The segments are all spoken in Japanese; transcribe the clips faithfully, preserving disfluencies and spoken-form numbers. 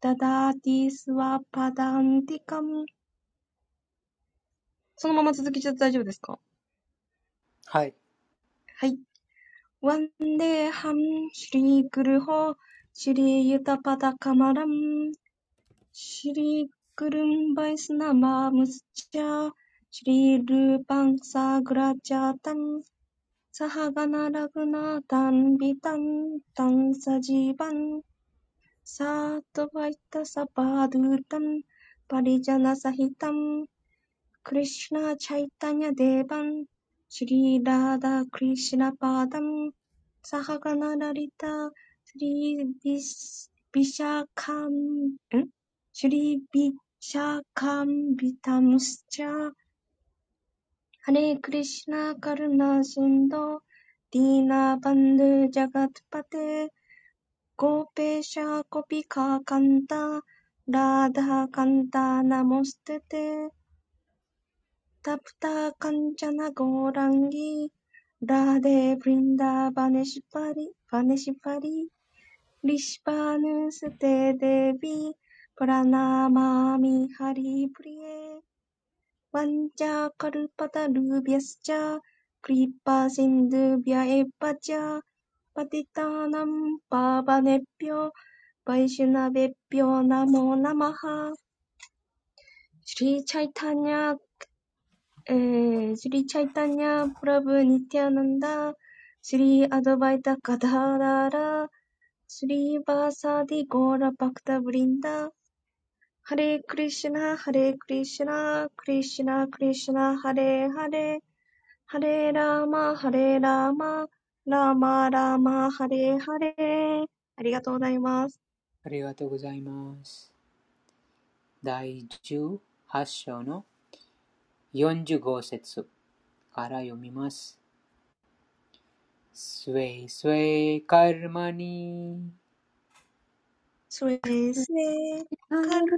ダダーティスワパダンティカム。そのまま続けちゃって大丈夫ですか？ はい。 はい。ワンデーハンシュリークルホシュリーユタパダカマランシュリークルンバイスナマムスチャシュリールーパンサグラチャタンサハガナラグナタンビタンタンサジバンサートバイタサバドゥタンパリジャナサヒタンクリシュナチャイタニャデーバンシュリーラーダクリシュナパーダンサハガナラリタスリービスビシャカンんシュリービシャカンビタムスチャハレクリシュナカルナシンドディーナバンドジャガトパテゴーペーシャコピカカンタラーダカンタナモステテタプタカンチャナゴーランギラーデブリンダバネシパリバネシパリリシパヌステデビプラナマミハリプリエワンチャカルパタルビャスチャクリッパシンドゥビャエパチャパティタナンパバネピョバイシュナベピョナモナマハシリチャイタニャえー、シリチャイタニャプラブニティアナンダシリアドバイタカダララシリバーサディゴーラパクタブリンダハレクリシュナハレクリシュナクリシュナクリシュナハレハレハレラーマハレラーマラーマラーマハレハレ。ありがとうございます。 ありがとうございます。だいじゅうはち章のよんじゅうご節から読みます。スウェイスウェイカルマニスウェースウェーカル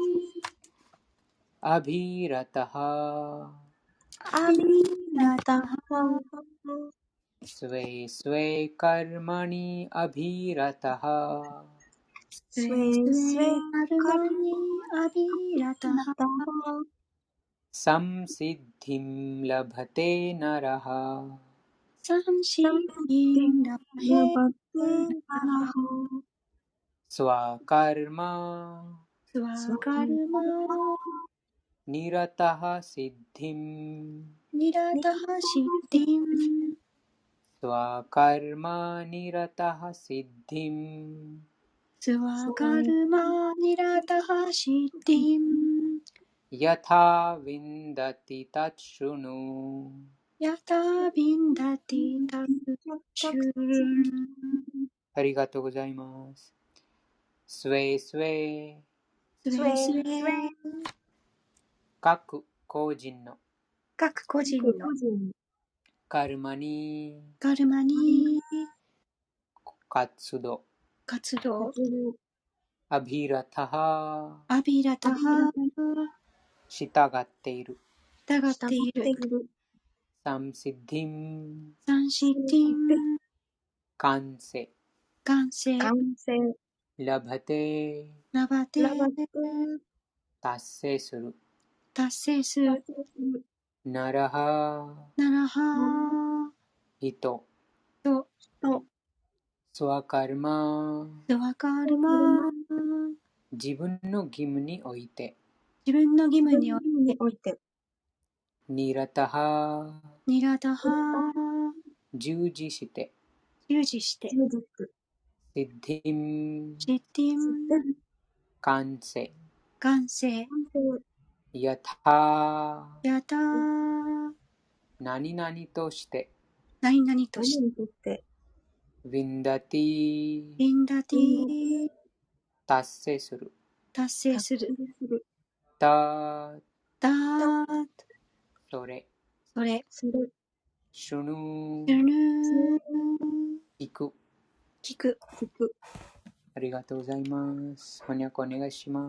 アビラタハアビラタハスウェイスウェイカルマニアビラタハスウェースウェーカルアビラタハタハサムシッディムラバテナラハサンシインラパヘラバテナハスワカルマスワカルマニラタハシッディムニラタハシッディンスワカルマニラタハシッディムスワカルマニラタハシッディンヤタヴィンダティタチュヌヤタビンダティタシュルン。 ありがとうございます。スウェイスウェイスウェイスウェイ各個人の各個人のカルマにカルマに活動活動アビラタハアビラタハ従っている従っているサムシッディムサンシッディン完成完成ラバテラバテ達成する達成するナラハナラハ人とスワカルマスワカルマ自分の義務において自分の義務においてニラタハニラタハ従事して従事してシッディムシッディン完成完成ヤタやた何々として何々としてヴィンダティビンダティ達成する達成するタだーそれそれシュヌシュヌー聞く聞くありがとうございます。翻訳お願いします。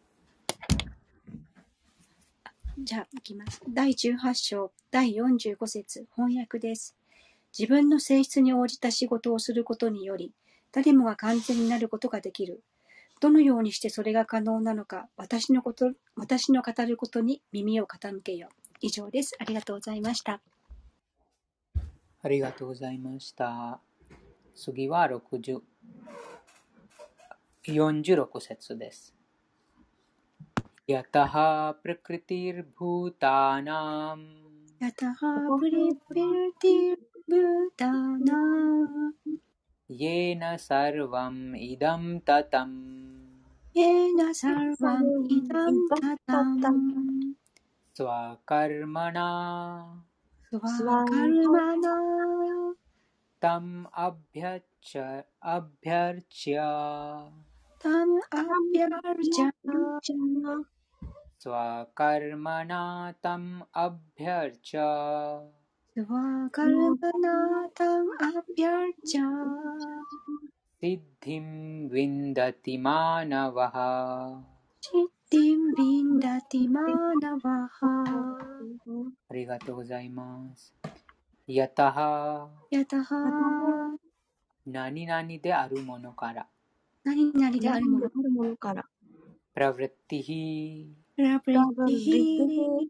じゃあいきます。だいじゅうはち章だいよんじゅうご節翻訳です。自分の性質に応じた仕事をすることにより誰もが完全になることができる。 どのようにしてそれが可能なのか、私のこと、私の語ることに耳を傾けよ。以上です。ありがとうございました。 ありがとうございました。次はろくじゅう、よんじゅうろく節です。やたはプラクリティルブータナムやたはプリプリティブータナイェナサルヴァムイダムタタムイェナサルヴァンイダンタタンスワカルマナスワカルマナタムアビャチャアビャルチャタムアビャルジャスワカルマナタムアビャルチャスワカルマナタムアビャルジャシッディムヴィンダティマナワハシッディンビンダティマナワハありがとうございます。やたはやたは何々であるものから何々であるものあるものから。 プラヴリッティヒプラプリッティヒ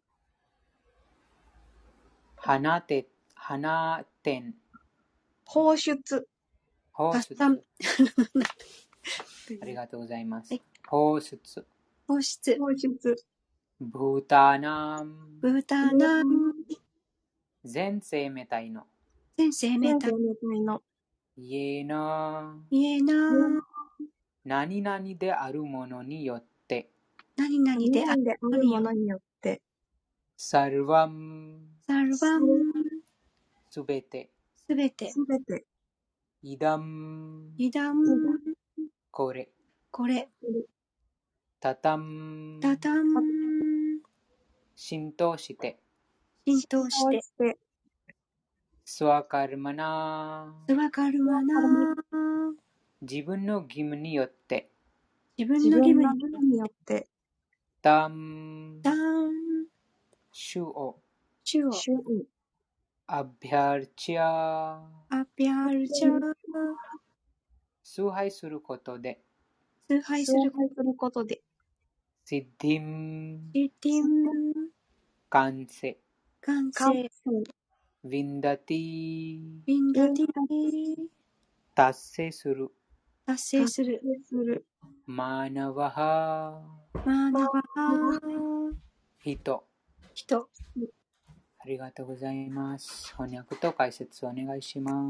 花て花天放出。 放出パスタンありがとうございます。 はい放出放出放出。 ブータナムブータナム全生命体の全生命体全生命体のイエナイエナ何々であるものによって何々であ何々であるものによって、 サルヴァムサルバンすべてすべてすべて、 イダムイダンこれこれタタムタタン浸透して浸透してして、 スワカルマナスワカルマナ自分の義務によって自分自の義務に分の義務によって、 タムダン主を主を主にアビャルチャアピアルチャー崇拝することで崇拝する崇拝することで、 シッディムシティン完成完完成成、 ヴィンダティビンダティ達成する達成するする、 マーナワハマーナバハ人人ありがとうございます。翻訳と解説お願いします。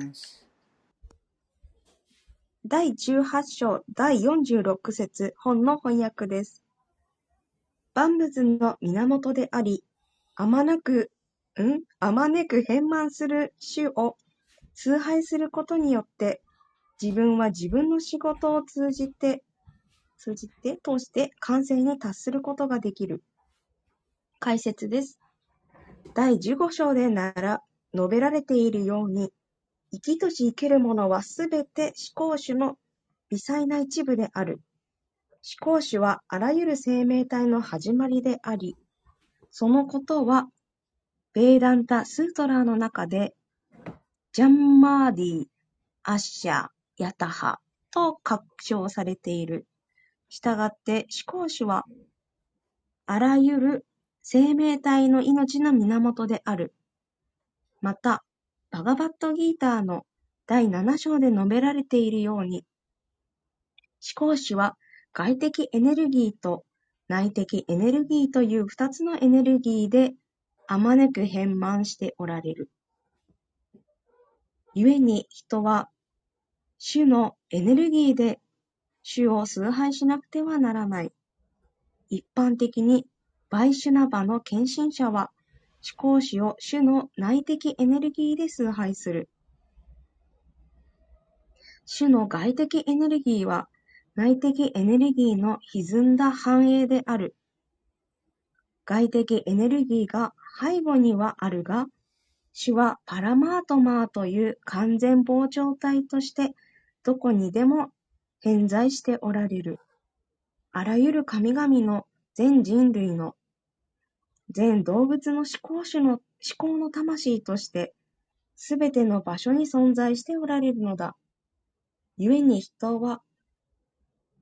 だいじゅうはち章だいよんじゅうろく節本の翻訳です。万物の源であり、あまなく、んあまねく変満する主を崇拝することによって、自分は自分の仕事を通じて、通じて、通して完成に達することができる。解説です。だいじゅうご章でなら述べられているように、生きとし生けるものはすべて思考主の微細な一部である。思考主はあらゆる生命体の始まりであり、そのことは、ベーダンタ・スートラーの中で、ジャンマーディ、アッシャ、ヤタハと確証されている。したがって思考主は、あらゆる生命体の命の源である。また、バガバットギーターのだいなな章で述べられているように、思考主は外的エネルギーと内的エネルギーという二つのエネルギーであまねく変満しておられる。故に人は主のエネルギーで主を崇拝しなくてはならない。一般的にバイシュナバの献身者は思考主を主の内的エネルギーで崇拝する。主の外的エネルギーは内的エネルギーの歪んだ反映である。外的エネルギーが背後にはあるが、主はパラマートマーという完全膨張体としてどこにでも偏在しておられる。あらゆる神々の全人類の全動物の思考主の思考の魂としてすべての場所に存在しておられるのだ。故に人は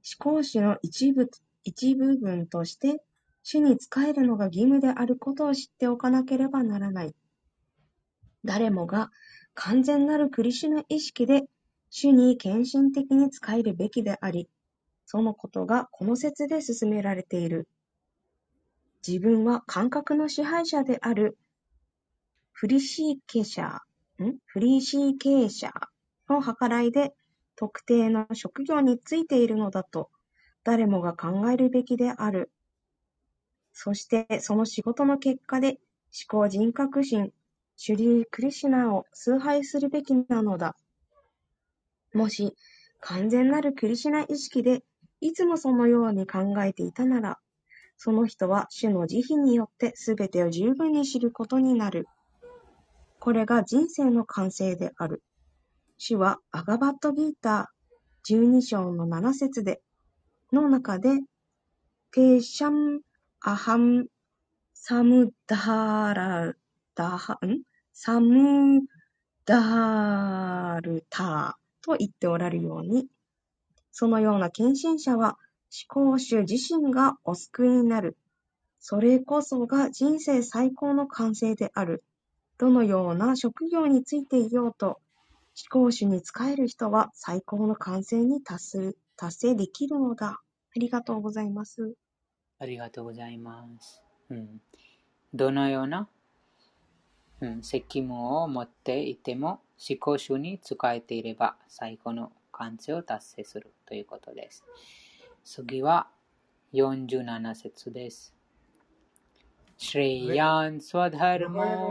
思考主の一部、一部分として、主に仕えるのが義務であることを知っておかなければならない。誰もが完全なるクリシュナ意識で主に献身的に仕えるべきであり、そのことがこの説で進められている。自分は感覚の支配者であるフリシーケシャー、んフリシーケーシャーの計らいで特定の職業についているのだと誰もが考えるべきである。そしてその仕事の結果で思考人格心、シュリー・クリシュナを崇拝するべきなのだ。もし完全なるクリシュナ意識でいつもそのように考えていたなら、その人は主の慈悲によってすべてを十分に知ることになる。これが人生の完成である。主はバガバットギーターじゅうに章のなな節での中で、テーシャンアハンサムダーラダハンサムダールターと言っておられるように、そのような献身者は思考主自身がお救いになる。それこそが人生最高の完成である。どのような職業についていようと、思考主に仕える人は最高の完成に達する、達成できるのだ。ありがとうございます。 ありがとうございます。うん、どのような、うん、責務を持っていても、思考主に仕えていれば最高の完成を達成するということです。次はよんじゅうなな節です。シレイヤンスワダルモ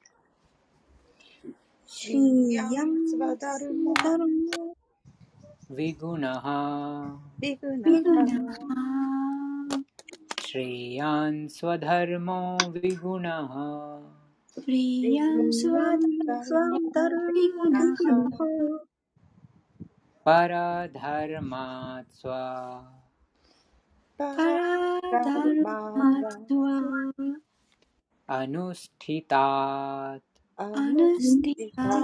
シーヤンスワダルモヴィグナハビグナビグナシレイヤンスワダルモヴィグナハプリヤンスワスワダルモビグナビグナパラダルマツワパラダルマツワアヌスティタアヌスティタ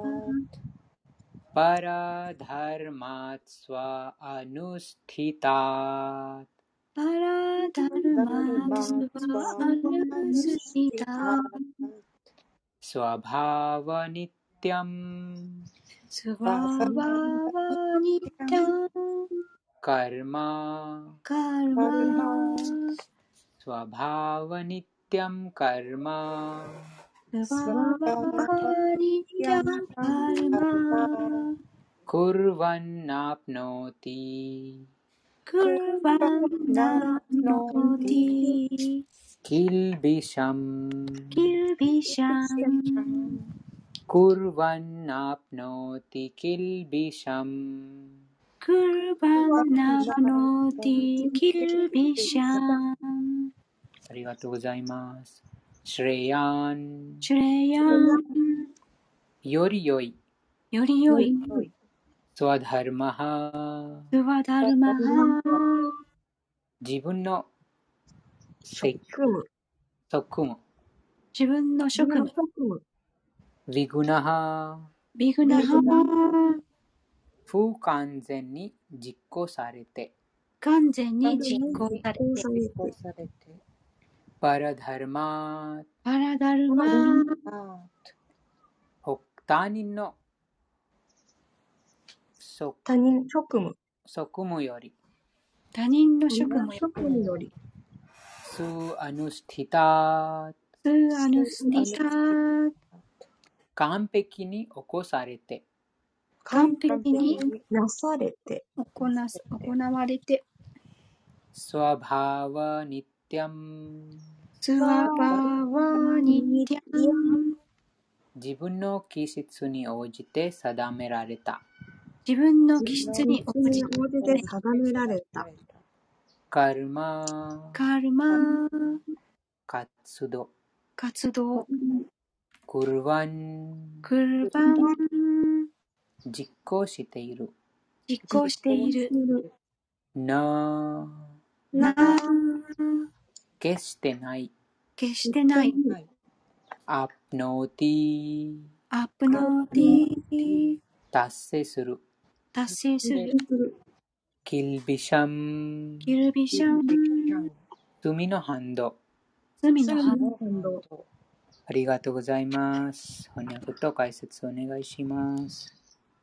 パラダルマツワアヌスティタパラダルマツワアヌスティタスワバーワニティアムスワワワニタンカルマカルマスワバーワニティアムカルマスワワワニタンカルマクルワンナプノティクルバンナノティキルビシャムキルビシャンクルワンナプノティキルビシャムクルバンナノティキルビシャンありがとうございます。シュレヤンシュレヤンより良いより良いスワダルマハスワダルマハ自分の職務職務自分の職務ビグナハビグナハ不完全に実行されて完全に実行されてパラダルマパラダルマ他人の他人職務職務より他人の職務よりスアヌスティタスアヌスティタ完璧に起こされて完璧になされて行な行われてスワバーワニティアムスワバーワニティアム自分の気質に応じて定められた自分の気質に応じて定められたカルマカルマ活動活動クルワンクルバン実行している実行しているなな決してない決してないアプノーティアップノーティ達成する達成するキルビシャン、 キルビシャン、 罪のハンド。 罪のハンのハンド。 ありがとうございます。翻訳と解説お願いします。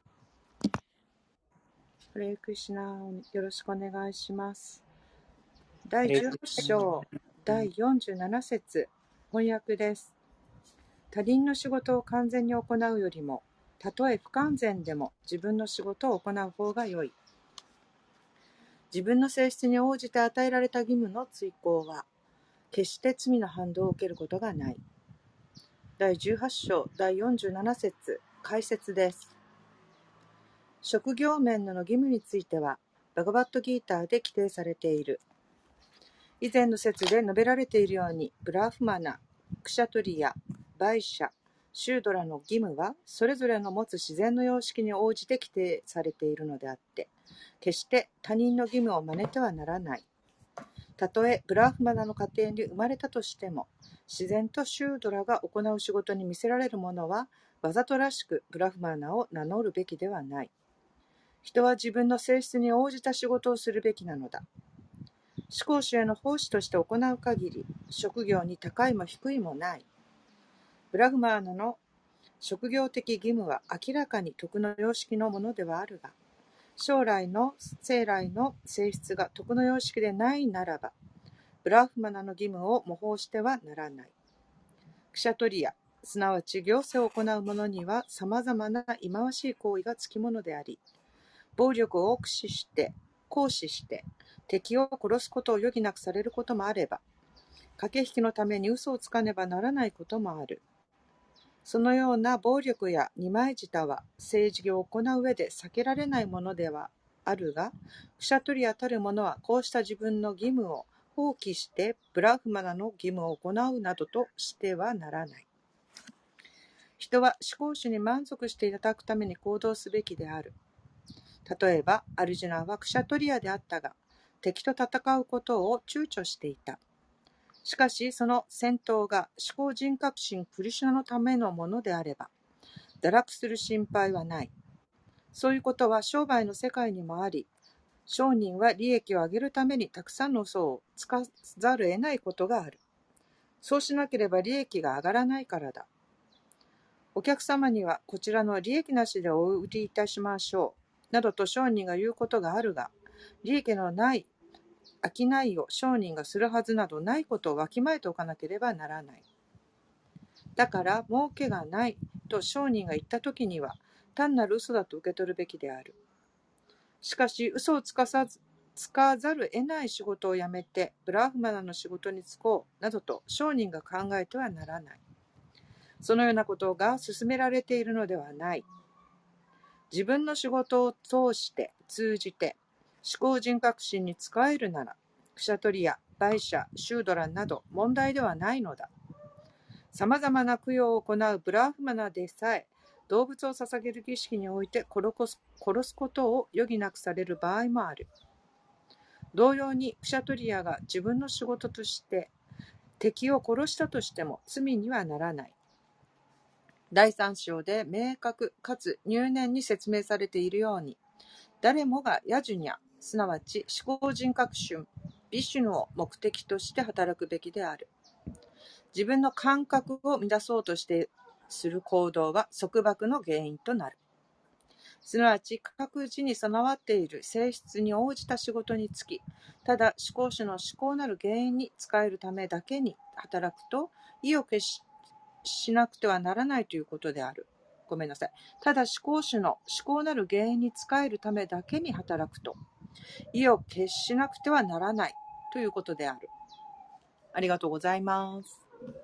ハレークリシュナ、よろしくお願いします。だいじゅうはち章だいよんじゅうなな節翻訳です。他人の仕事を完全に行うよりも、たとえ不完全でも自分の仕事を行う方が良い。自分の性質に応じて与えられた義務の遂行は、決して罪の反動を受けることがない。だいじゅうはち章だいよんじゅうなな節解説です。職業面での義務については、バガバットギーターで規定されている。以前の説で述べられているように、ブラフマナ、クシャトリヤ、バイシャ、シュードラの義務は、それぞれの持つ自然の様式に応じて規定されているのであって、決して他人の義務を真似てはならない。たとえブラフマナの家庭に生まれたとしても、自然とシュードラが行う仕事に見せられるものは、わざとらしくブラフマナを名乗るべきではない。人は自分の性質に応じた仕事をするべきなのだ。思考主への奉仕として行う限り、職業に高いも低いもない。ブラフマーナの職業的義務は明らかに徳の様式のものではあるが、将来の生来の性質が徳の様式でないならば、ブラフマナの義務を模倣してはならない。クシャトリア、すなわち行政を行う者には様々な忌まわしい行為がつきものであり、暴力を駆使して、行使して、敵を殺すことを余儀なくされることもあれば、駆け引きのために嘘をつかねばならないこともある。そのような暴力や二枚舌は政治を行う上で避けられないものではあるが、クシャトリアたる者はこうした自分の義務を放棄してブラフマナの義務を行うなどとしてはならない。人は思考主に満足していただくために行動すべきである。例えば、アルジュナはクシャトリアであったが、敵と戦うことを躊躇していた。しかし、その戦闘が思考人格心クリシュナのためのものであれば、堕落する心配はない。そういうことは商売の世界にもあり、商人は利益を上げるためにたくさんの嘘をつかざるを得ないことがある。そうしなければ利益が上がらないからだ。お客様にはこちらの利益なしでお売りいたしましょう、などと商人が言うことがあるが、利益のない商いを商人がするはずなどないことをわきまえておかなければならない。だから、儲けがないと商人が言ったときには、単なる嘘だと受け取るべきである。しかし、嘘をつかさず、つかざるを得ない仕事を辞めて、ブラフマナの仕事に就こう、などと商人が考えてはならない。そのようなことが進められているのではない。自分の仕事を通して、通じて、思考人格心に仕えるなら、クシャトリヤ、バイシャ、シュードラなど問題ではないのだ。さまざまな供養を行うブラフマナでさえ、動物を捧げる儀式において殺す、殺すことを余儀なくされる場合もある。同様に、クシャトリヤが自分の仕事として敵を殺したとしても罪にはならない。だいさん章で明確かつ入念に説明されているように、誰もがヤジュニャ、すなわち思考人格心、ビシュヌを目的として働くべきである。自分の感覚を乱そうとしてする行動は束縛の原因となる。すなわち各自に備わっている性質に応じた仕事につき、ただ思考主の思考なる原因に仕えるためだけに働くと、意を決ししなくてはならないということである。ごめんなさい。ただ思考主の思考なる原因に仕えるためだけに働くと、意を決しなくてはならないということである。ありがとうございます。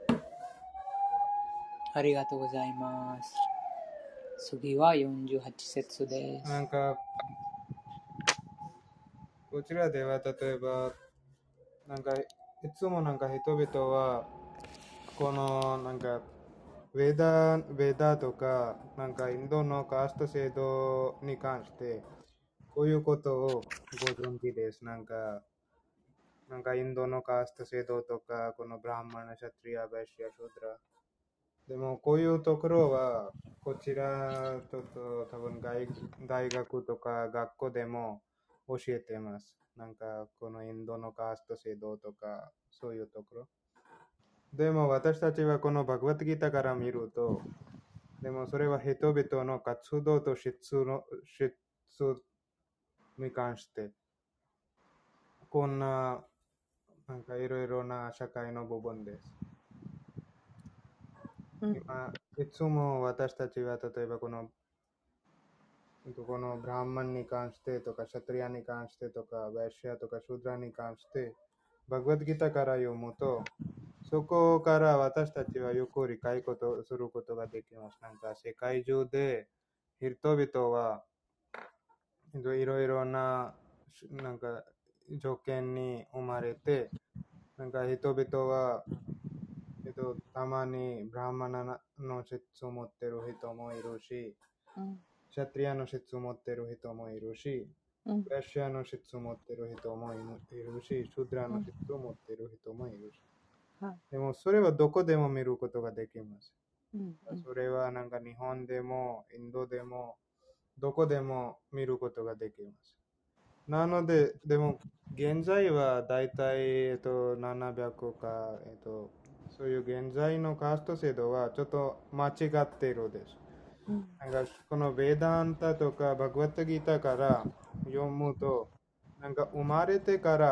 ありがとうございます。次はよんじゅうはち節です。 なんか、こちらでは例えば、なんか、いつもなんか人々は、このなんか、ウェダ、ウェダとか、なんかインドのカースト制度に関して、こういうことをご存知です。なんか、なんかインドのカースト制度とか、このブラハマナ、シャトリア、バイシア、シュドラ。でも、こういうところは、こちら、ちょっと多分大、大学とか学校でも、 教えてます。なんかこのインドのカースト制度とかそういうところ。でも私たちはこのバグワッドギータから見ると、でもそれは人々の活動と質の質に関して、こんななんかいろいろな社会の部分です。 うん、 今いつも私たちは例えばこのこのブラハマンに関してとか、シャトリアに関してとか、ワイシャとかシュードラに関して、バグワッドギータから読むと、そこから私たちはよく理解ことすることができます。なんか世界中で人々はいろいろななんか条件に生まれて、なんか人々は、えっと、たまにブラハマナの質を持っている人もいるし、 うん、 シャトリアの質を持っている人もいるし、 うん、 ラシアの質を持っている人もいるし、シュドラの質を持っている人もいるし。 はい、 でもそれはどこでも見ることができます。 うん、うん、 それはなんか日本でもインドでもどこでも見ることができます。なので、でも現在はだいたい、えっと、ななひゃくか、えっと、そういう現在のカースト制度はちょっと間違っているです。 うん、 なんかこのベダンタとかバグワッドギータから読むと、なんか生まれてから、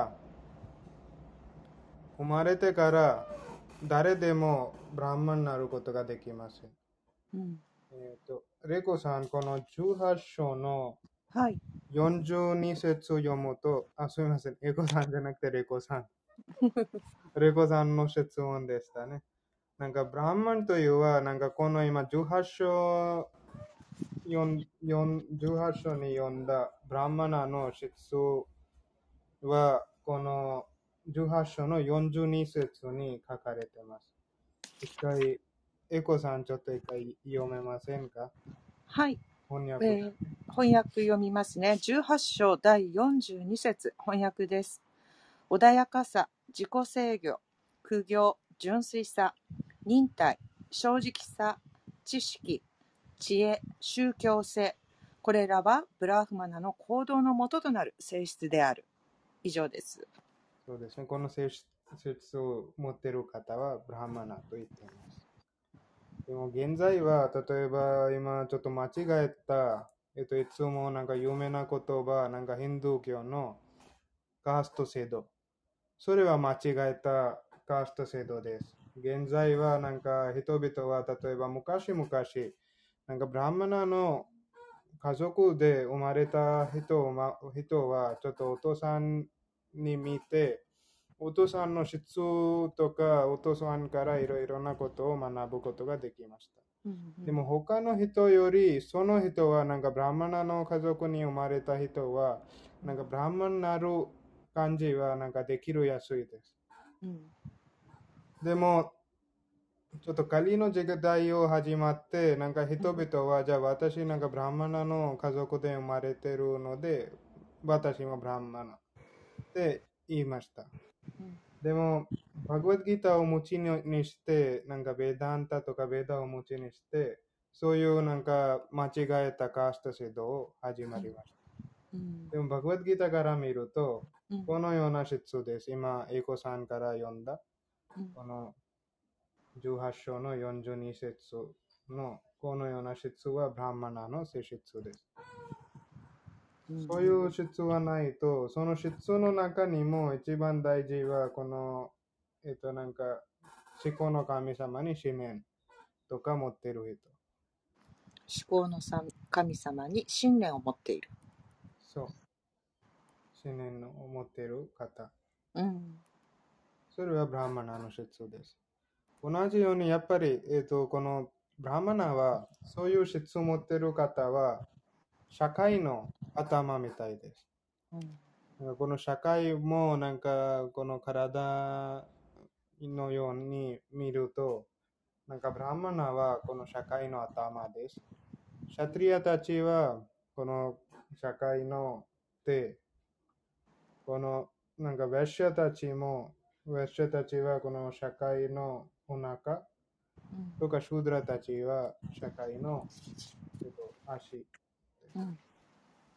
生まれてから誰でもブラハマンになることができません。 うん、 えっと、レコさん、このじゅうはち章のはい、 よんじゅうに節を読むと、あ、すみません、エコさんじゃなくてレコさん。レコさんの質問でしたね。なんかブラハマンというは、なんかこの今じゅうはち章、じゅうはち章に読んだブラハマナの質は、このじゅうはち章のよんじゅうに節に書かれています。一回、エコさんちょっと一回読めませんか？ はい、 翻訳。 えー翻訳読みますね。じゅうはち章だいよんじゅうに節翻訳です。穏やかさ、自己制御、苦行、純粋さ、忍耐、正直さ、知識、知恵、宗教性、これらはブラーフマナの行動の元となる性質である。以上です。 そうですね。この性質を持っている方はブラハマナと言っています。でも現在は、例えば今ちょっと間違えた、えっと、いつもなんか有名な言葉、なんかヒンドゥー教のカースト制度。それは間違えたカースト制度です。現在はなんか人々は、例えば昔々、なんかブラハマナの家族で生まれた人人は、ちょっとお父さんに見て、お父さんの質とか、お父さんからいろいろなことを学ぶことができました。 うんうん、 でも他の人より、その人はなんかブラハマナの家族に生まれた人は、なんかブラハマナになる感じはなんかできるやすいです。 うん、 でも、ちょっと仮の時代を始まって、なんか人々は、じゃあ私なんかブラハマナの家族で生まれてるので、私もブラハマナって言いました。 うんでも、バグワッドギーターを持ちにして、なんかベダンタとかベダを持ちにして、そういうなんか間違えたカースト制度を始まりました。 うん、 でも、バグワッドギーターから見ると、 うん、 このような質です。今、エイコさんから読んだ、このじゅうはち章のよんじゅうに節のこのような質はブラハマナの性質です。 うん、 そういう質はないと、その質の中にも一番大事は、この、えっと、なんか、思考の神様に信念とか持っている思考の神様に信念を持っている。 人。そう。信念を持っている方。 うん、 それはブラハマナの質です。同じように、やっぱり、えっと、このブラハマナは、そういう質を持っている方は、社会の頭みたいです。 うん、 この社会もなんかこの体のように見ると、なんかブラハマナはこの社会の頭です。シャトリアたちはこの社会の手。このなんかウェシャたちも、ウェシャたちはこの社会のお腹とか、シュードラたちは社会の足。 うん、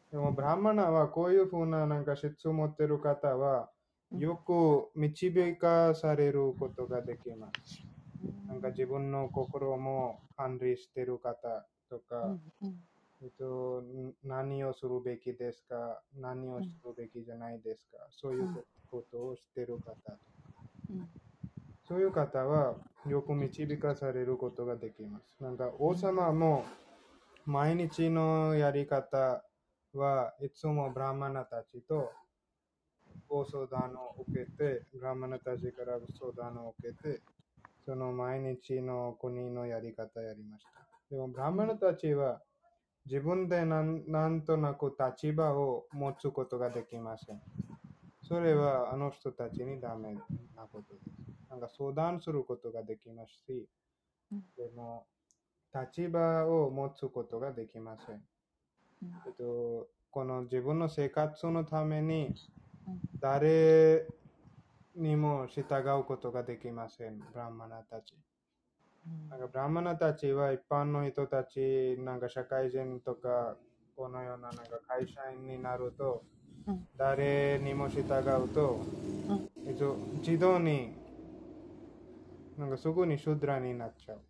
でも、ブラマナはこういうふうななんか質を持っている方は、よく導かされることができます。なんか自分の心も管理している方とか、えっと、何をするべきですか、何をするべきじゃないですか、そういうことをしている方とか。そういう方はよく導かされることができます。なんか王様も毎日のやり方はいつもブラマナたちとご相談を受けて、ブラマナたちから相談を受けて、その毎日の国のやり方やりました。でもブラマナたちは自分でなんなんとなく立場を持つことができません。それはあの人たちにダメなことです。なんか相談することができますし、でも立場を持つことができません。えっと、この自分の生活のために誰にも従うことができません、ブラマナたち。なんかブラマナたちは一般の人たち、なんか社会人とか、このようななんか会社員になると、誰にも従うと、えっと、自動になんかすぐにシュドラになっちゃう。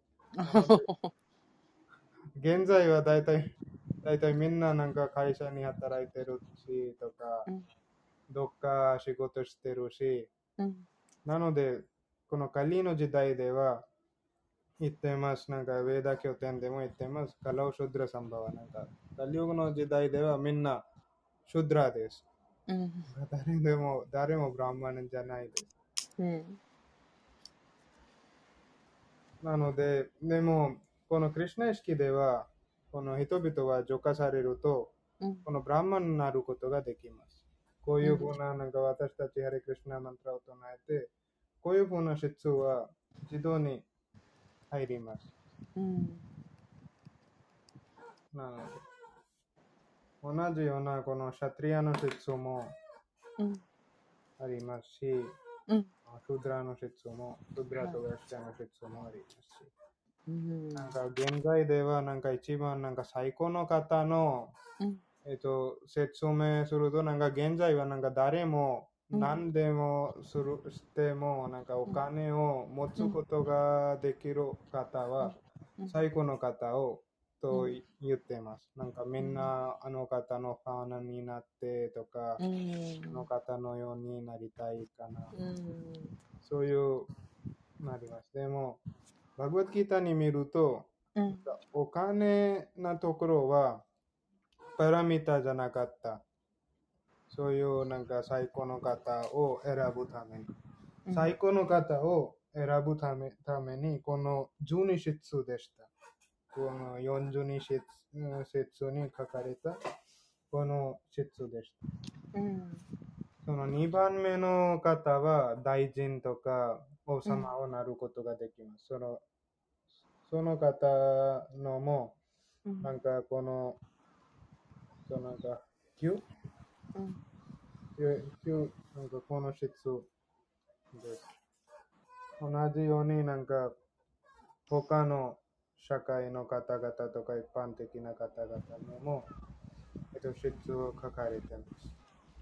現在は大体、大体みんななんか会社に働いてるしとか、どっか仕事してるし、なので、このカリの時代では言ってます。なんか、ウェーダ経典でも言ってます。カラウシュドラサンバワ。なんか、カリユグの時代ではみんなシュドラです。誰でも、誰もブラマンじゃないです。なので、でも、このクリシュナ意識では、この人々は浄化されると、このブラマンになることができます。こういうふうな、なんか私たちハレクリシュナマントラを唱えて、こういうふうな質は自動に入ります。なので、同じようなこのシャトリアの質もありますし、シュドラの質も、シュドラとガシャの質もありますし、なんか現在ではなんか一番なんか最高の方の、えっと、説明すると、なんか現在はなんか誰も何でもするしても、なんかお金を持つことができる方は、最高の方をと言ってます。なんかみんなあの方のファンになってとか、あの方のようになりたいかな。そういうなります。でも、バグワッドギータに見ると、お金なところは、パラミタじゃなかった。そういうなんか最高の方を選ぶために。最高の方を選ぶためために、このじゅうに節でした。このよんじゅうに節に書かれたこの節でした。そのにばんめの方は大臣とか王様をなることができます。そのその方のも、なんかこの、そのなんか、きゅう? きゅう、なんかこの質です。同じようになんか、他の社会の方々とか一般的な方々のも、えっと、質を書かれています。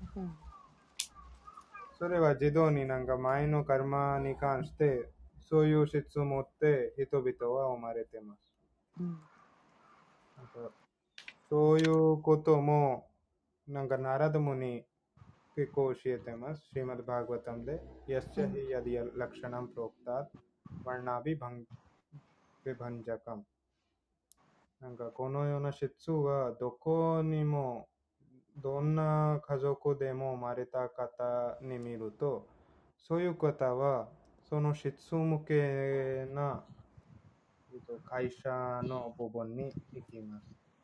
それは自動になんか前のカルマに関して、そういう質を持って人々は生まれています。なんかそういうことも、なんかナラダムに結構教えてます。シーマッドバーガワタムで、ヤスチャヒヤディヤラクシャナムプロクター、ワナビバンビバンジャカム。なんかこのような質はどこにも、どんな家族でも生まれた方に見ると、そういう方は、その質向けな会社の部分に行きます。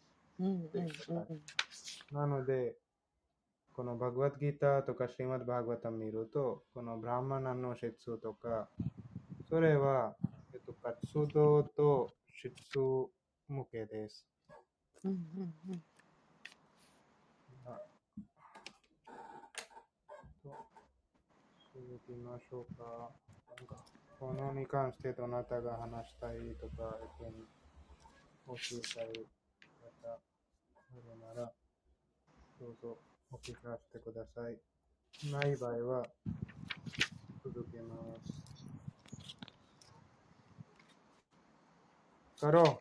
なので、このバグワッドギーターとかシーマッドバーガワタム見ると、このブラマナの質とか、それは、えっと、活動と質向けです。続きましょうか。なんかこのに関してどなたが話したいとか、意見教えたい方あるなら、 どうぞお聞かせてください。ない場合は続けます。カロ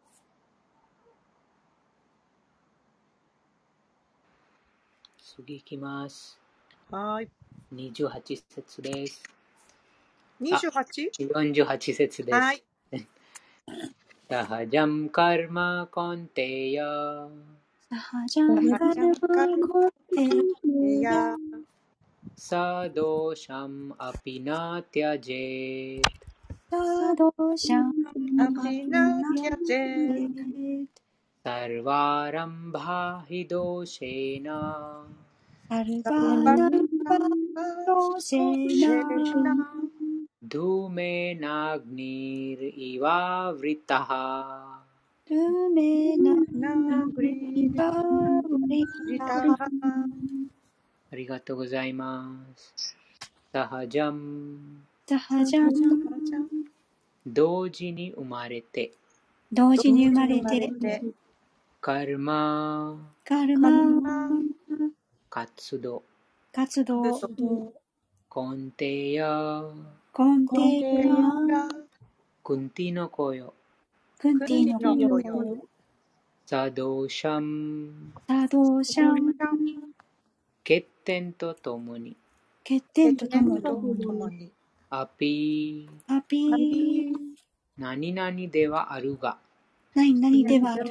次行きます。 はい。 にじゅうはち節です。 にじゅうはち? よんじゅうはち節です。 はい。 サハジャムカルマコンテヤサハジャンカルマコテヤサドシャムアピナティアジェーサドシャンアピナティアジェサルワランバヒドシェナサルバナバロシェナドゥメナグニルイワヴリタハルメナナグリバウリタリタハ。 ありがとうございます。サハジャムサハジャン同時に生まれて同時に生まれてカルマカルマ活動活動コンテヤコンテヤクンティの子よクンティの子よサドシャムサドシャン欠点とともに欠点とともにアピアピー何々ではあるが何々ではある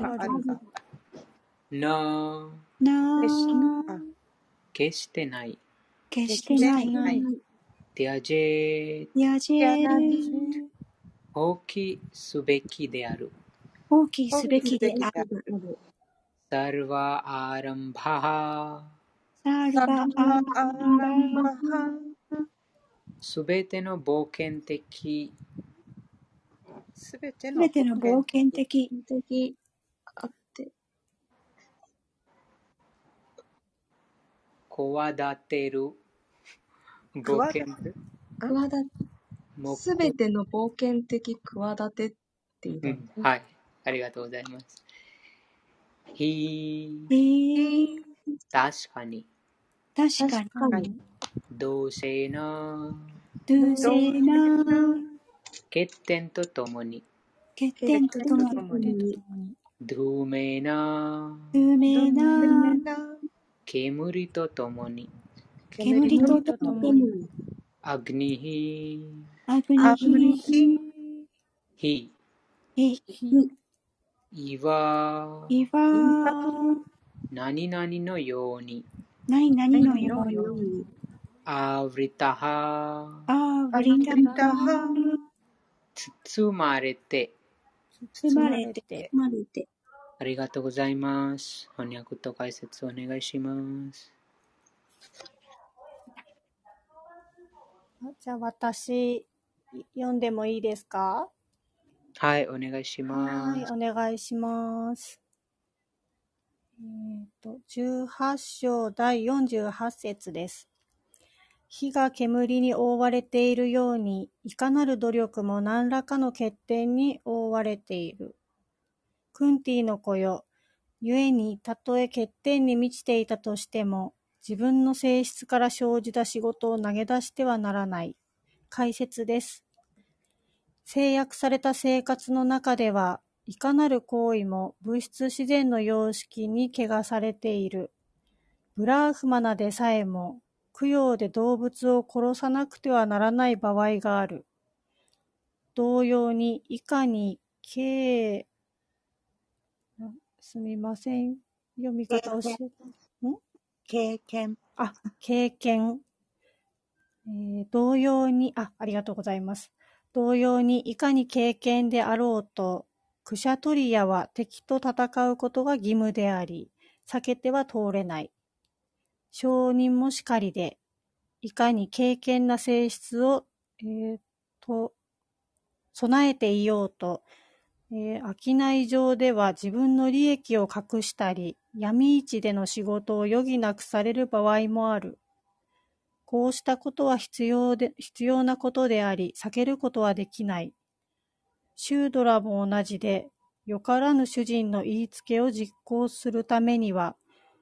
なな決してない決してないティアジェやじえる放棄すべきである放棄すべきであるサルワアーランバハサルバアランバすべての冒険的すべてすべての冒険的的あって企てる冒険企すべての冒険的企てっていう、 うん、はいありがとうございますひえー、 確かに確かにどうせなドゥセナ欠点とともに欠点とともにドゥメナ有名な煙とともに煙とともにアグニヒアグニヒヒヒイワイワ何々のように何々のようにアヴリタハアブリタハ包まれて包まれてありがとうございます。翻訳と解説お願いします。 じゃあ私読んでもいいですか？ はい、お願いします。 はい、お願いします。えっと、じゅうはち章だいよんじゅうはち節です。火が煙に覆われているように、いかなる努力も何らかの欠点に覆われている。クンティの子よ、故にたとえ欠点に満ちていたとしても、自分の性質から生じた仕事を投げ出してはならない。解説です。制約された生活の中では、いかなる行為も物質自然の様式に汚されている。ブラーフマナでさえも、供養で動物を殺さなくてはならない場合がある。同様に、いかに経、すみません。読み方を教えて。ん経験。 あ、経験。えー、同様に、あ、ありがとうございます。同様に、いかに経験であろうと、クシャトリヤは敵と戦うことが義務であり、避けては通れない。証人もしかりで、いかに敬虔な性質を、えー、と備えていようと、えー、商い上では自分の利益を隠したり、闇市での仕事を余儀なくされる場合もある。こうしたことは必要で、必要なことであり、避けることはできない。シュードラも同じで、よからぬ主人の言いつけを実行するためには、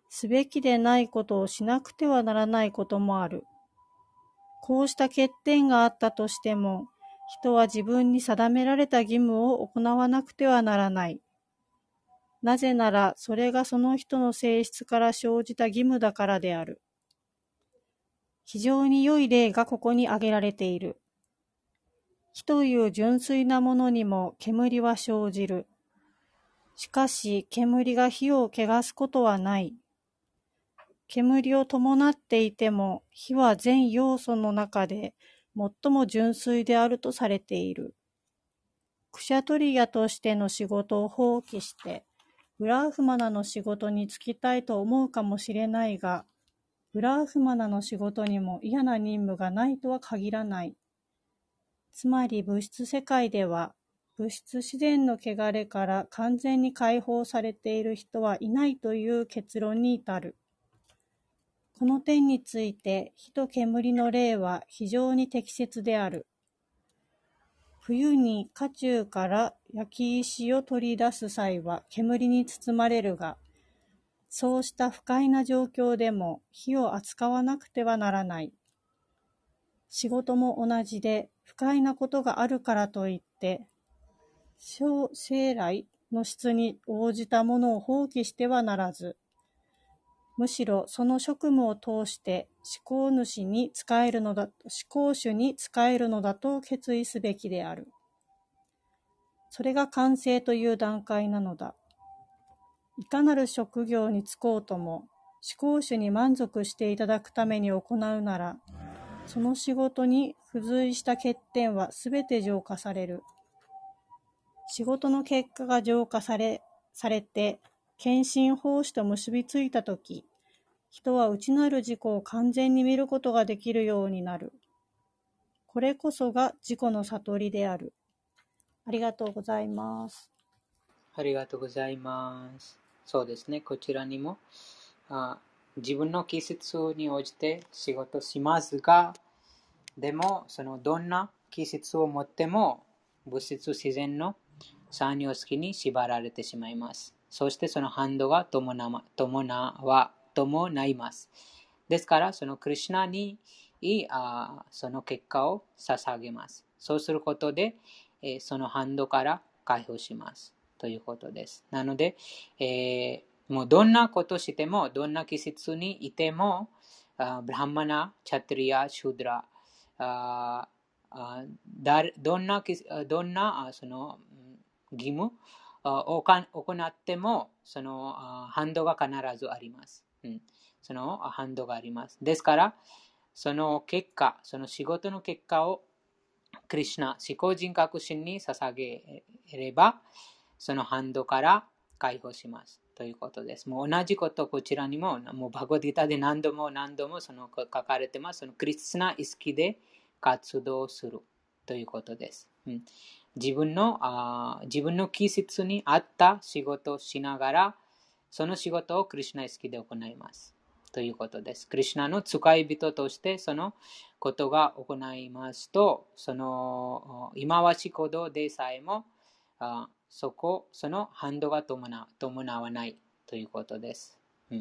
すべきでないことをしなくてはならないこともある。こうした欠点があったとしても、人は自分に定められた義務を行わなくてはならない。なぜなら、それがその人の性質から生じた義務だからである。非常に良い例がここに挙げられている。火という純粋なものにも煙は生じる。しかし、煙が火を汚すことはない。煙を伴っていても、火は全要素の中で最も純粋であるとされている。クシャトリヤとしての仕事を放棄して、ブラーフマナの仕事に就きたいと思うかもしれないが、ブラーフマナの仕事にも嫌な任務がないとは限らない。つまり物質世界では、物質自然の汚れから完全に解放されている人はいないという結論に至る。この点について、火と煙の例は非常に適切である。冬に火中から焼き石を取り出す際は煙に包まれるが、そうした不快な状況でも火を扱わなくてはならない。仕事も同じで、不快なことがあるからといって、生来の質に応じたものを放棄してはならず、むしろその職務を通して思考主に仕えるのだ、思考主に仕えるのだと決意すべきである。それが完成という段階なのだ。いかなる職業に就こうとも、思考主に満足していただくために行うなら、その仕事に付随した欠点はすべて浄化される。仕事の結果が浄化され、されて、献身奉仕と結びついたとき、人は内なる自己を完全に見ることができるようになる。これこそが自己の悟りである。ありがとうございます。 ありがとうございます。そうですね、こちらにもあ自分の気質に応じて仕事しますが、でもそのどんな気質を持っても物質自然の三様式に縛られてしまいます。そしてその反動が伴わ、伴わ、伴います。ですから、そのクリシュナにあその結果を捧げます。そうすることで、えー、その反動から解放します。ということです。なので、えー、もうどんなことしても、どんな気質にいても、あブラハマナ、チャトリヤ、シュドラ、ああだどんな、どんなその義務を行っても、その反動が必ずあります。うん、その反動があります。ですから、その結果、その仕事の結果をクリシュナ、思考人格心に捧げれば、その反動から解放します。ということです。もう同じことこちらにも、もうバガヴァッドギータで何度も何度もその書かれてます。そのクリスナ意識で活動するということです。うん、自分のあ自分の気質に合った仕事をしながら、その仕事をクリシュナ意識で行います。ということです。クリシュナの使い人としてそのことが行いますと、その忌まわしい行動でさえも、あそこ、その反動が伴伴わないということです。うん、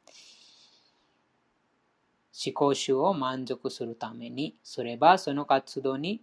思考主を満足するためにすれば、その活動に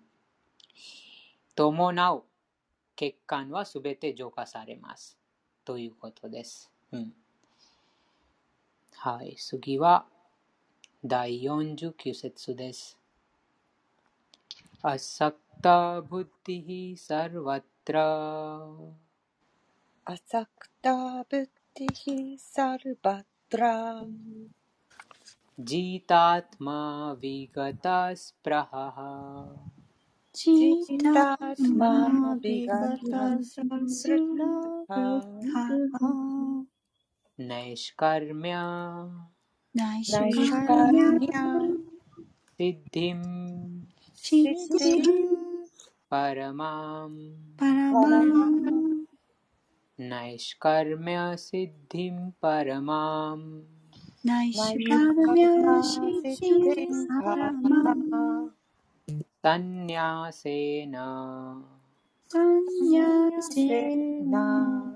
伴う欠陥はすべて浄化されます。ということです。うん、はい、次はだいよんじゅうきゅう節です。アサクタブッディヒサルワトラアサクタブッディヒサルバトラジータートマヴィガタスプラハチジータタトマビガガタサスラハハネシカルミャナイシナイシカカニャニャシッディムシシッディッディパラマムパラパラママナイシカルミャシッディムパラマムナイナイシシカルカミャナシシッディッディパラパラママサンニャセナサンニャサンニャセセナ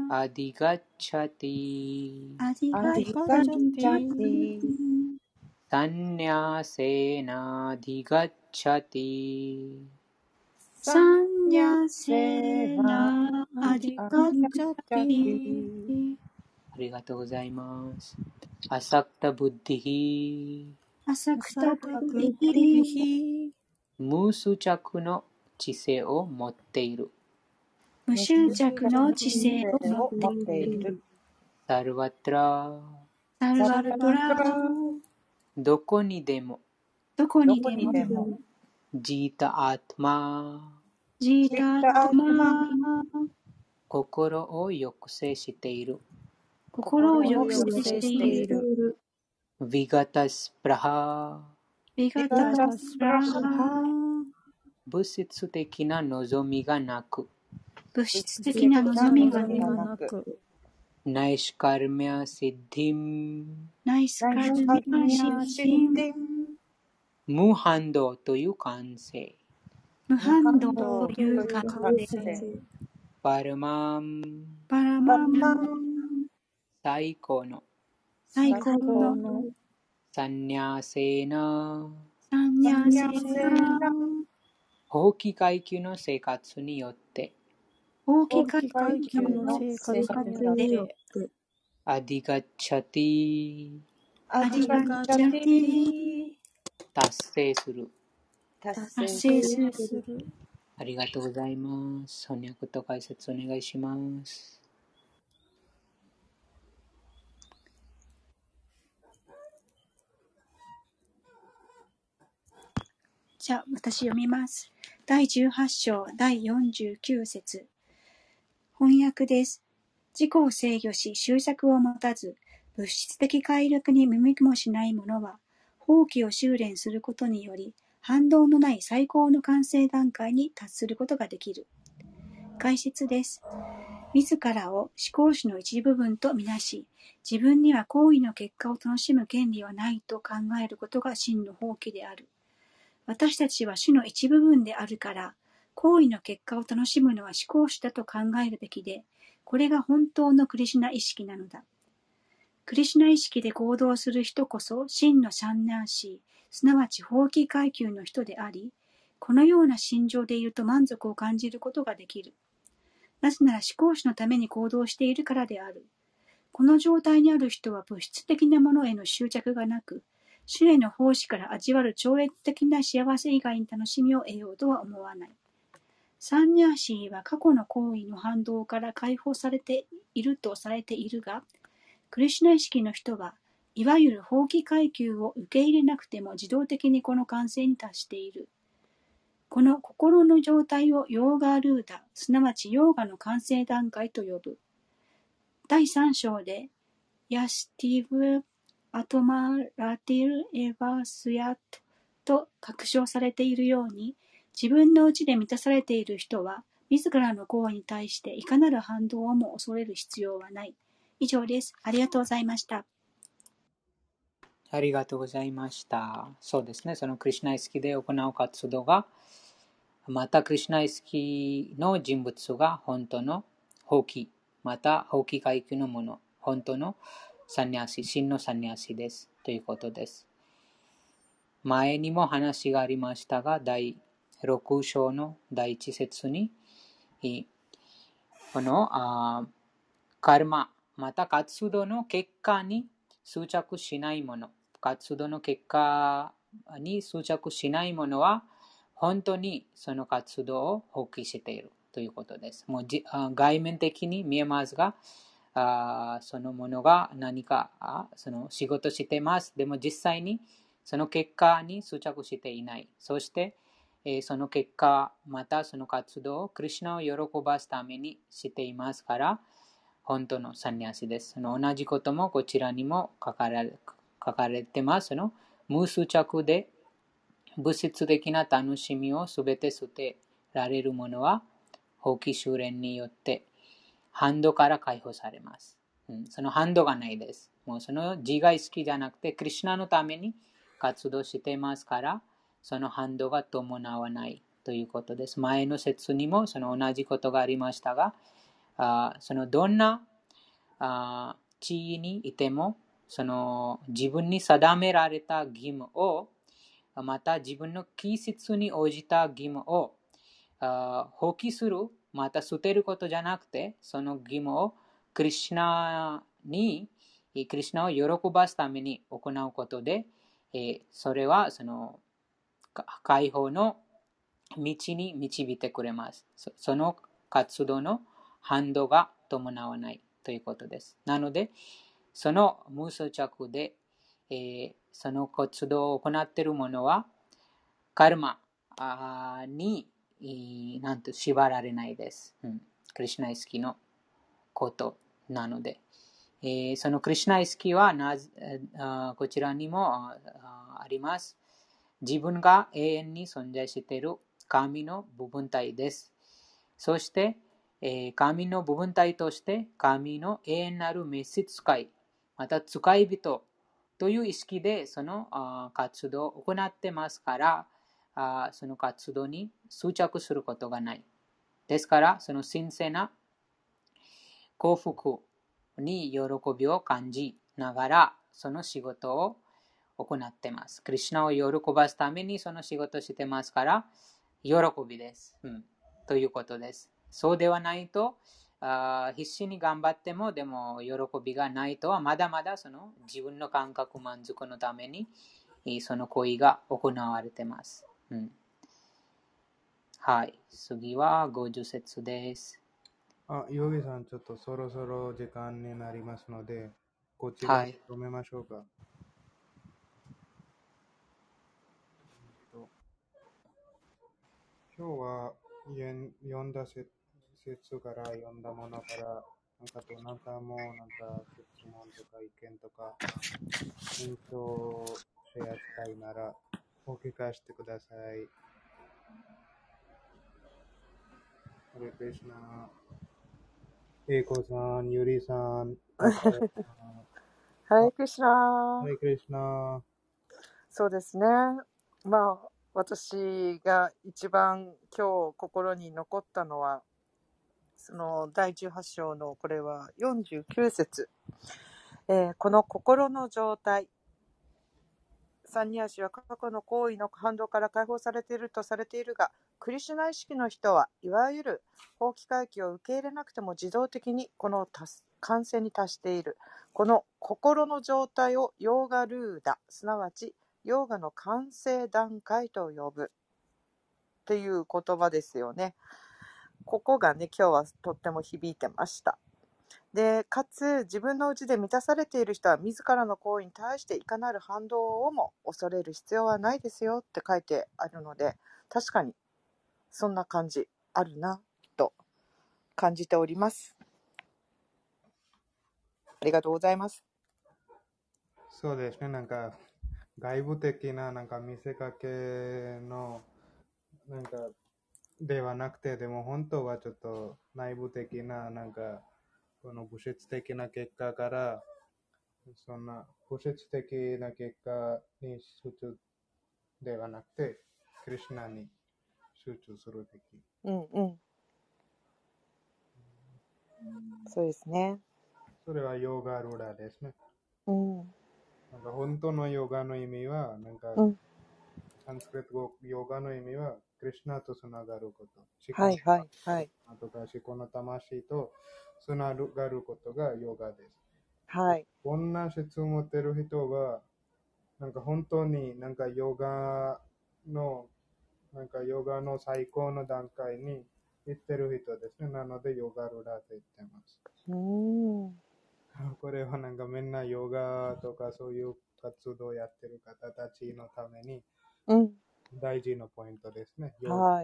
アディガッチャティアディガッアディガッチャティサンニャセーナアディガッチャティサンニャセーナアディガッチャティ。 ありがとうございます。アサクタブッディヒアサクタブッディブリヒ。 ヒ無執着の知性を持っている。 無執着の知性を持持っいる。 ってている。 サルバトラサルバトラ、 どこにでもどこどこにでも、 にでも、 ジータアートマジータアトマ、 心を抑制している。 心を抑制している。 ヴィガタスプラハビガタスプラハ、 物質的な望みがなく、 物質的な望みがではなく、 なく、 ナイシカルミャシッディンナイスカルミナイスカルミナシアシン、 ッティン、 無反動という感性。 無反動という感感性。 性。 パルマンパラマン、 最高の最高最高ののサンニャセーナサンニャセーナ、 法規階級の生活によって大きかった階級の生活によって、 アディガッチャティアディガッチャティ達成する。 達達成成する。 する。 ありがとうございます。翻訳と解説お願いします。 じゃあ、私読みます。だいじゅうはち章だいよんじゅうきゅう節。翻訳です。自己を制御し執着を持たず、物質的快楽に耳もしない者は、法規を修練することにより、反動のない最高の完成段階に達することができる。解説です。自らを思考主の一部分とみなし、自分には行為の結果を楽しむ権利はないと考えることが真の法規である。私たちは主の一部分であるから、行為の結果を楽しむのは思考主だと考えるべきで、これが本当のクリシュナ意識なのだ。クリシュナ意識で行動する人こそ真のサンニャーシー、すなわち法規階級の人であり、このような心情でいると満足を感じることができる。なぜなら思考主のために行動しているからである。この状態にある人は物質的なものへの執着がなく、主への奉仕から味わる超越的な幸せ以外に楽しみを得ようとは思わない。サンニャーシーは過去の行為の反動から解放されているとされているが、クリシュナ意識の人はいわゆる法規階級を受け入れなくても自動的にこの完成に達している。この心の状態をヨーガルーダ、すなわちヨーガの完成段階と呼ぶ。だいさん章で、ヤシティブ・アトマ・ラティル・エヴァ・スヤトと確証されているように、自分の内で満たされている人は、自らの行為に対していかなる反動をも恐れる必要はない。以上です。ありがとうございました。 ありがとうございました。そうですね。そのクリシュナ意識で行う活動が、またクリシュナ意識の人物が本当の法規、また法規階級のもの、本当のサンニャーシー、真のサンニャーシーです。ということです。前にも話がありましたが、だいろく章のだいいち節に、このあカルマ、また活動の結果に執着しないもの、活動の結果に執着しないものは、本当にその活動を放棄しているということです。もうじ外面的に見えますが、あそのものが何かあその仕事してます。でも実際にその結果に執着していない。そして、えー、その結果、またその活動をクリシュナを喜ばすためにしていますから、本当のサンニャシです。その同じこともこちらにも書かれ、書かれてます。その無執着で物質的な楽しみをすべて捨てられるものは、法規修練によって反動から解放されます。うん、その反動がないです。もうその自が好きじゃなくて、クリシュナのために活動していますから、その反動が伴わないということです。前の説にもその同じことがありましたが、 あそのどんなあ地位にいても、その自分に定められた義務を、また自分の気質に応じた義務をあ放棄する、また捨てることじゃなくて、その義務をクリシュナに、クリシュナを喜ばすために行うことで、えーそれはその解放の道に導いてくれます。そその活動の反動が伴わないということです。なので、その無執着で、えーその活動を行っている者は、カルマあーにいなんと縛られないです。うん、クリシュナイスキのことなので、えーそのクリシュナイスキはなぜあこちらにもああります。自分が永遠に存在している神の部分体です。そして、えー神の部分体として神の永遠なる召使い、また使い人という意識でそのあ活動を行ってますから、あその活動に執着することがない。ですから、その神聖な幸福に喜びを感じながら、その仕事を行っています。クリシュナを喜ばすためにその仕事をしてますから、喜びです。うん、ということです。そうではないと、あ必死に頑張っても、でも喜びがないとは、まだまだその自分の感覚満足のために、その行為が行われています。うん、はい。次はごじゅう節です。 あ、ヨギさん、ちょっとそろそろ時間になりますので、こちらではい。 止めましょうか。と今日は読読んだ説説から読んだものから、なんかどなたもなんか質問とか意見とか、印象をシェアしたいなら、お聞かせてください。ハレクリシュナ、エイコさん、ユリさん、タカヤさん、 ハレあ、 クリシュナー。 ハレクリシュナ、 そうですね。まあ、私が一番今日心に残ったのは、そのだいじゅうはち章のこれはよんじゅうきゅう節、えーこの心の状態、サンニアシは過去の行為の反動から解放されているとされているが、クリシュナ意識の人はいわゆる法規回帰を受け入れなくても自動的にこの達完成に達している。この心の状態をヨーガルーダ、すなわちヨーガの完成段階と呼ぶっていう言葉ですよね。ここがね、今日はとっても響いてました。で、かつ自分の内で満たされている人は自らの行為に対していかなる反動をも恐れる必要はないですよって書いてあるので、確かにそんな感じあるなと感じております。ありがとうございます。 そうですね、なんか外部的ななんか見せかけのなんかではなくて、でも本当はちょっと内部的ななんかこの物質的な結果から、そんな物質的な結果に集中ではなくて、クリシュナに集中するべき。 うんうん。そうですね。 それはヨガルーダですね。 うん。 なんか本当のヨガの意味は、なんか、 うん。 サンスクリット語ヨガの意味は、クリシュナとつながること。 はいはいはい。 とか、思考の魂とつながることがヨガです。 はい。 こんな質を持ってる人は、なんか本当になんかヨガの、なんかヨガの最高の段階に行ってる人ですね。なのでヨガルーダと言ってます。 うーん。 これはなんかみんなヨガとかそういう活動をやってる方たちのためにうん。 大事なポイントですね。 はい。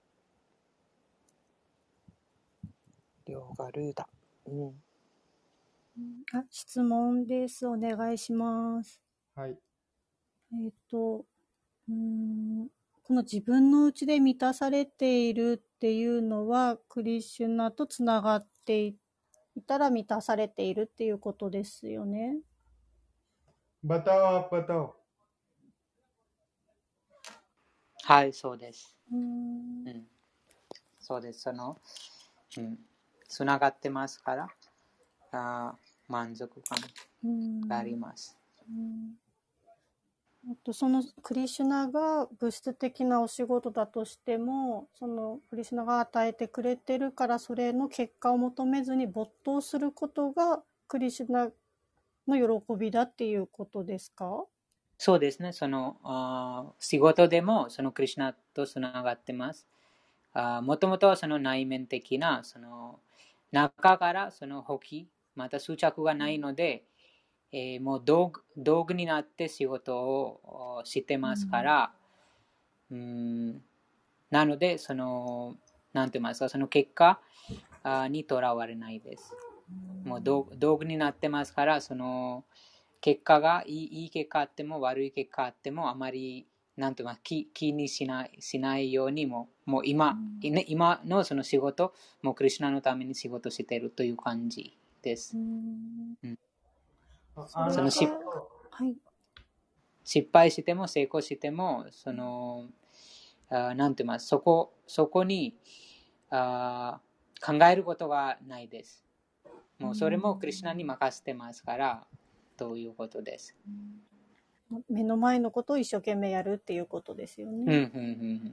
ヨガルーダ。うん。 あ、質問です。お願いします。 はい。 えっと、うーん、この自分の内で満たされているっていうのは、クリシュナとつながっていたら満たされているっていうことですよね。 बताओ आप बताओ。 はい、そうです。 うーんうん、そうです。その、うん、 つながってますから、あ満足感うんがあります。 うんあとそのクリシュナが物質的なお仕事だとしても、そのクリシュナが与えてくれてるからそれの結果を求めずに没頭することがクリシュナの喜びだっていうことですか？ そうですね。そのあ仕事でもそのクリシュナとつながってます。もともとはその内面的なその中からその補給、また執着がないので、えー、もう道具、道具になって仕事をしてますから、うん、うんなので、その、なんて言いますか、その結果にとらわれないです。もう道具になってますから、その結果がいい、いい結果あっても悪い結果あってもあまりなんていうか 気, 気にしない、しないようにも、もう 今,、うん、今のその仕事、もうクリシュナのために仕事しているという感じです。うんうん、その失、はい、失敗しても成功しても、その、あなんて言います、そこ、そこにあ考えることがないです。もうそれもクリシュナに任せてますから、ということです。 目の前のことを一生懸命やるっていうことですよね。 うんうんうん、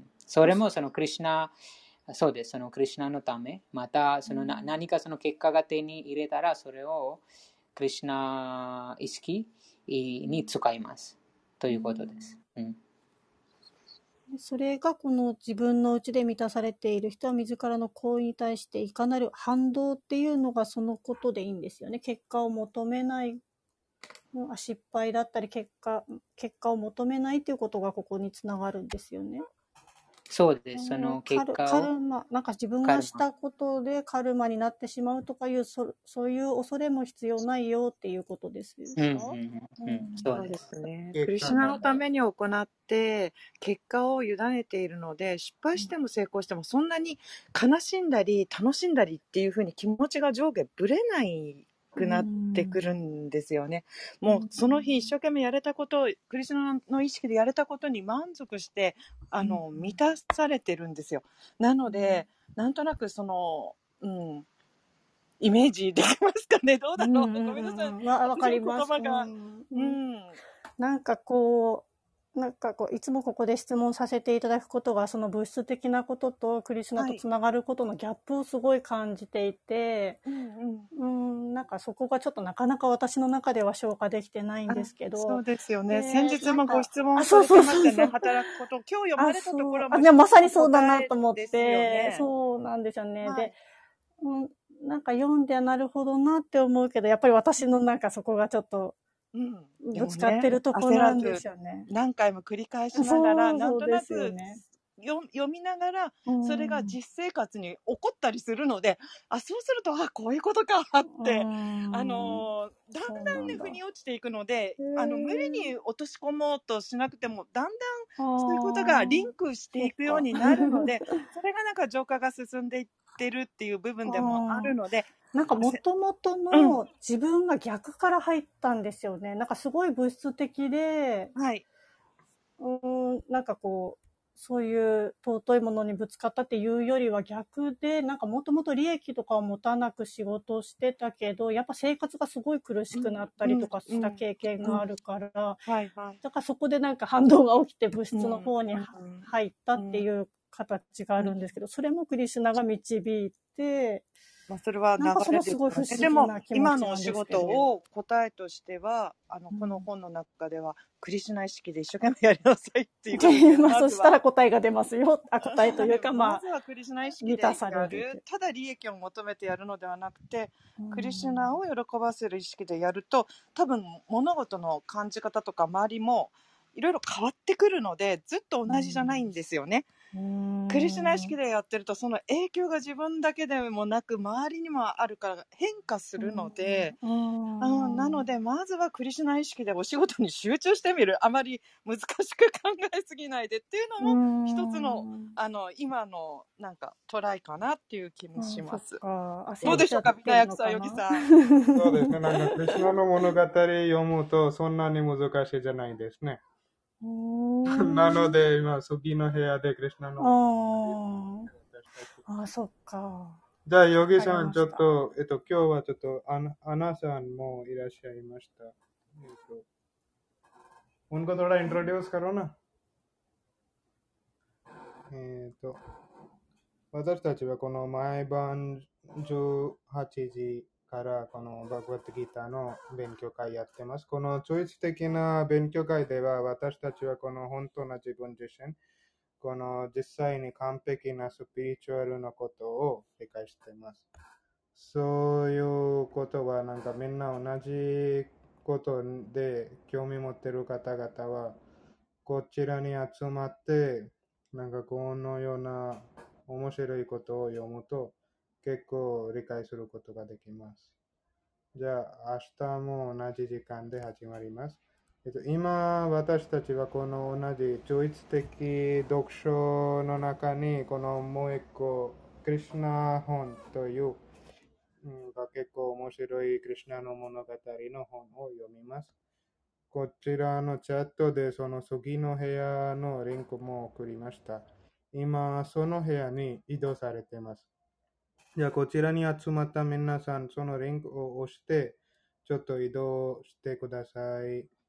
それもそのクリシュナ、そうです、そのクリシュナのため、またそのな、うん、何かその結果が手に入れたら、それをクリシュナ意識に使います。ということです。うんうん、それがこの自分の内で満たされている人は自らの行為に対していかなる反動っていうのがそのことでいいんですよね。結果を求めない失敗だったり結果、結果を求めないということがここにつながるんですよね。 そうです。その結果をカルマ、なんか自分がしたことでカルマになってしまうとかいう、そ、そういう恐れも必要ないよっていうことですよね。 そうですね。クリシュナのために行って結果を委ねているので、失敗しても成功してもそんなに悲しんだり楽しんだりっていうふうに気持ちが上下ぶれないくなってくるんですよね。もうその日一生懸命やれたことをクリシュナの意識でやれたことに満足してあの満たされてるんですよ。なのでなんとなくその、うん、イメージできますかね。どうだろう。ごめんなさい。 わかります。 言葉が、うんうん、なんかこう。なんかこういつもここで質問させていただくことがその物質的なこととクリシュナとつながることのギャップをすごい感じていて、はい、うん、なんかそこがちょっとなかなか私の中では消化できてないんですけど。 そうですよね。先日もご質問されてましたね。働くこと。今日読まれたところも、 ね、まさにそうだなと思って、そうなんですよね。はい、で、うん、なんか読んでなるほどなって思うけど、やっぱり私のなんかそこがちょっと、うん、ぶつかってるところなんですよね。 何回も繰り返しながら、なんとなく読, 読みながら、それが実生活に起こったりするので、あ、そうすると、あ、こういうことかって、あの、だんだんね、腑に落ちていくので、あの、無理に落とし込もうとしなくても、だんだんそういうことがリンクしていくようになるので、それがなんか浄化が進んでいってるっていう部分でもあるので、 なんか元々の自分が逆から入ったんですよね。うん、なんかすごい物質的で、 はい。 うーん、なんかこう、そういう尊いものにぶつかったっていうよりは逆で、なんかもともと利益とかを持たなく仕事をしてたけど、やっぱ生活がすごい苦しくなったりとかした経験があるから、だからそこでなんか反動が起きて物質の方に入ったっていう形があるんですけど、それもクリシュナが導いて、 まあ、それは流れですよね。でも今のお仕事を答えとしては、あの、この本の中ではクリシュナ意識で一生懸命やりなさいっていう。 まあ、そしたら答えが出ますよ。あ、答えというか、まあ、 まずはクリシュナ意識でやる。ただ利益を求めてやるのではなくて、クリシュナを喜ばせる意識でやると、多分物事の感じ方とか周りもいろいろ変わってくるので、ずっと同じじゃないんですよね。クリシュナ意識でやってるとその影響が自分だけでもなく周りにもあるから変化するので、うん、なのでまずはクリシュナ意識でお仕事に集中してみる。あまり難しく考えすぎないでっていうのも一つの、あの今のなんかトライかなっていう気もします。どうでしょうか、ビナヤクサヨギさん。 そうですね。なんかクリシュナの物語読むとそんなに難しいじゃないですね。なので今次の部屋でクリシュナのああ、そっか。 じゃあ、ヨギさん、ちわかりました。 ょっと、えっと、今日はちょっと、アナアナさんもいらっしゃいました。えっと、उनको थोड़ा इंट्रोड्यूस करो ना。えっと、私たちはこの毎晩じゅうはちじからこのバグワッドギーターの勉強会やってます。この超越的な勉強会では私たちはこの本当な自分自身、この実際に完璧なスピリチュアルのことを理解しています。そういうことはなんかみんな同じことで興味持っている方々はこちらに集まってなんかこのような面白いことを読むと結構理解することができます。じゃあ明日も同じ時間で始まります。えっと、今私たちはこの同じ超越的読書の中にこのもう一個クリシュナ本という、うん、が結構面白いクリシュナの物語の本を読みます。こちらのチャットでその次の部屋のリンクも送りました。今その部屋に移動されています。じゃあこちらに集まった皆さんそのリンクを押してちょっと移動してください。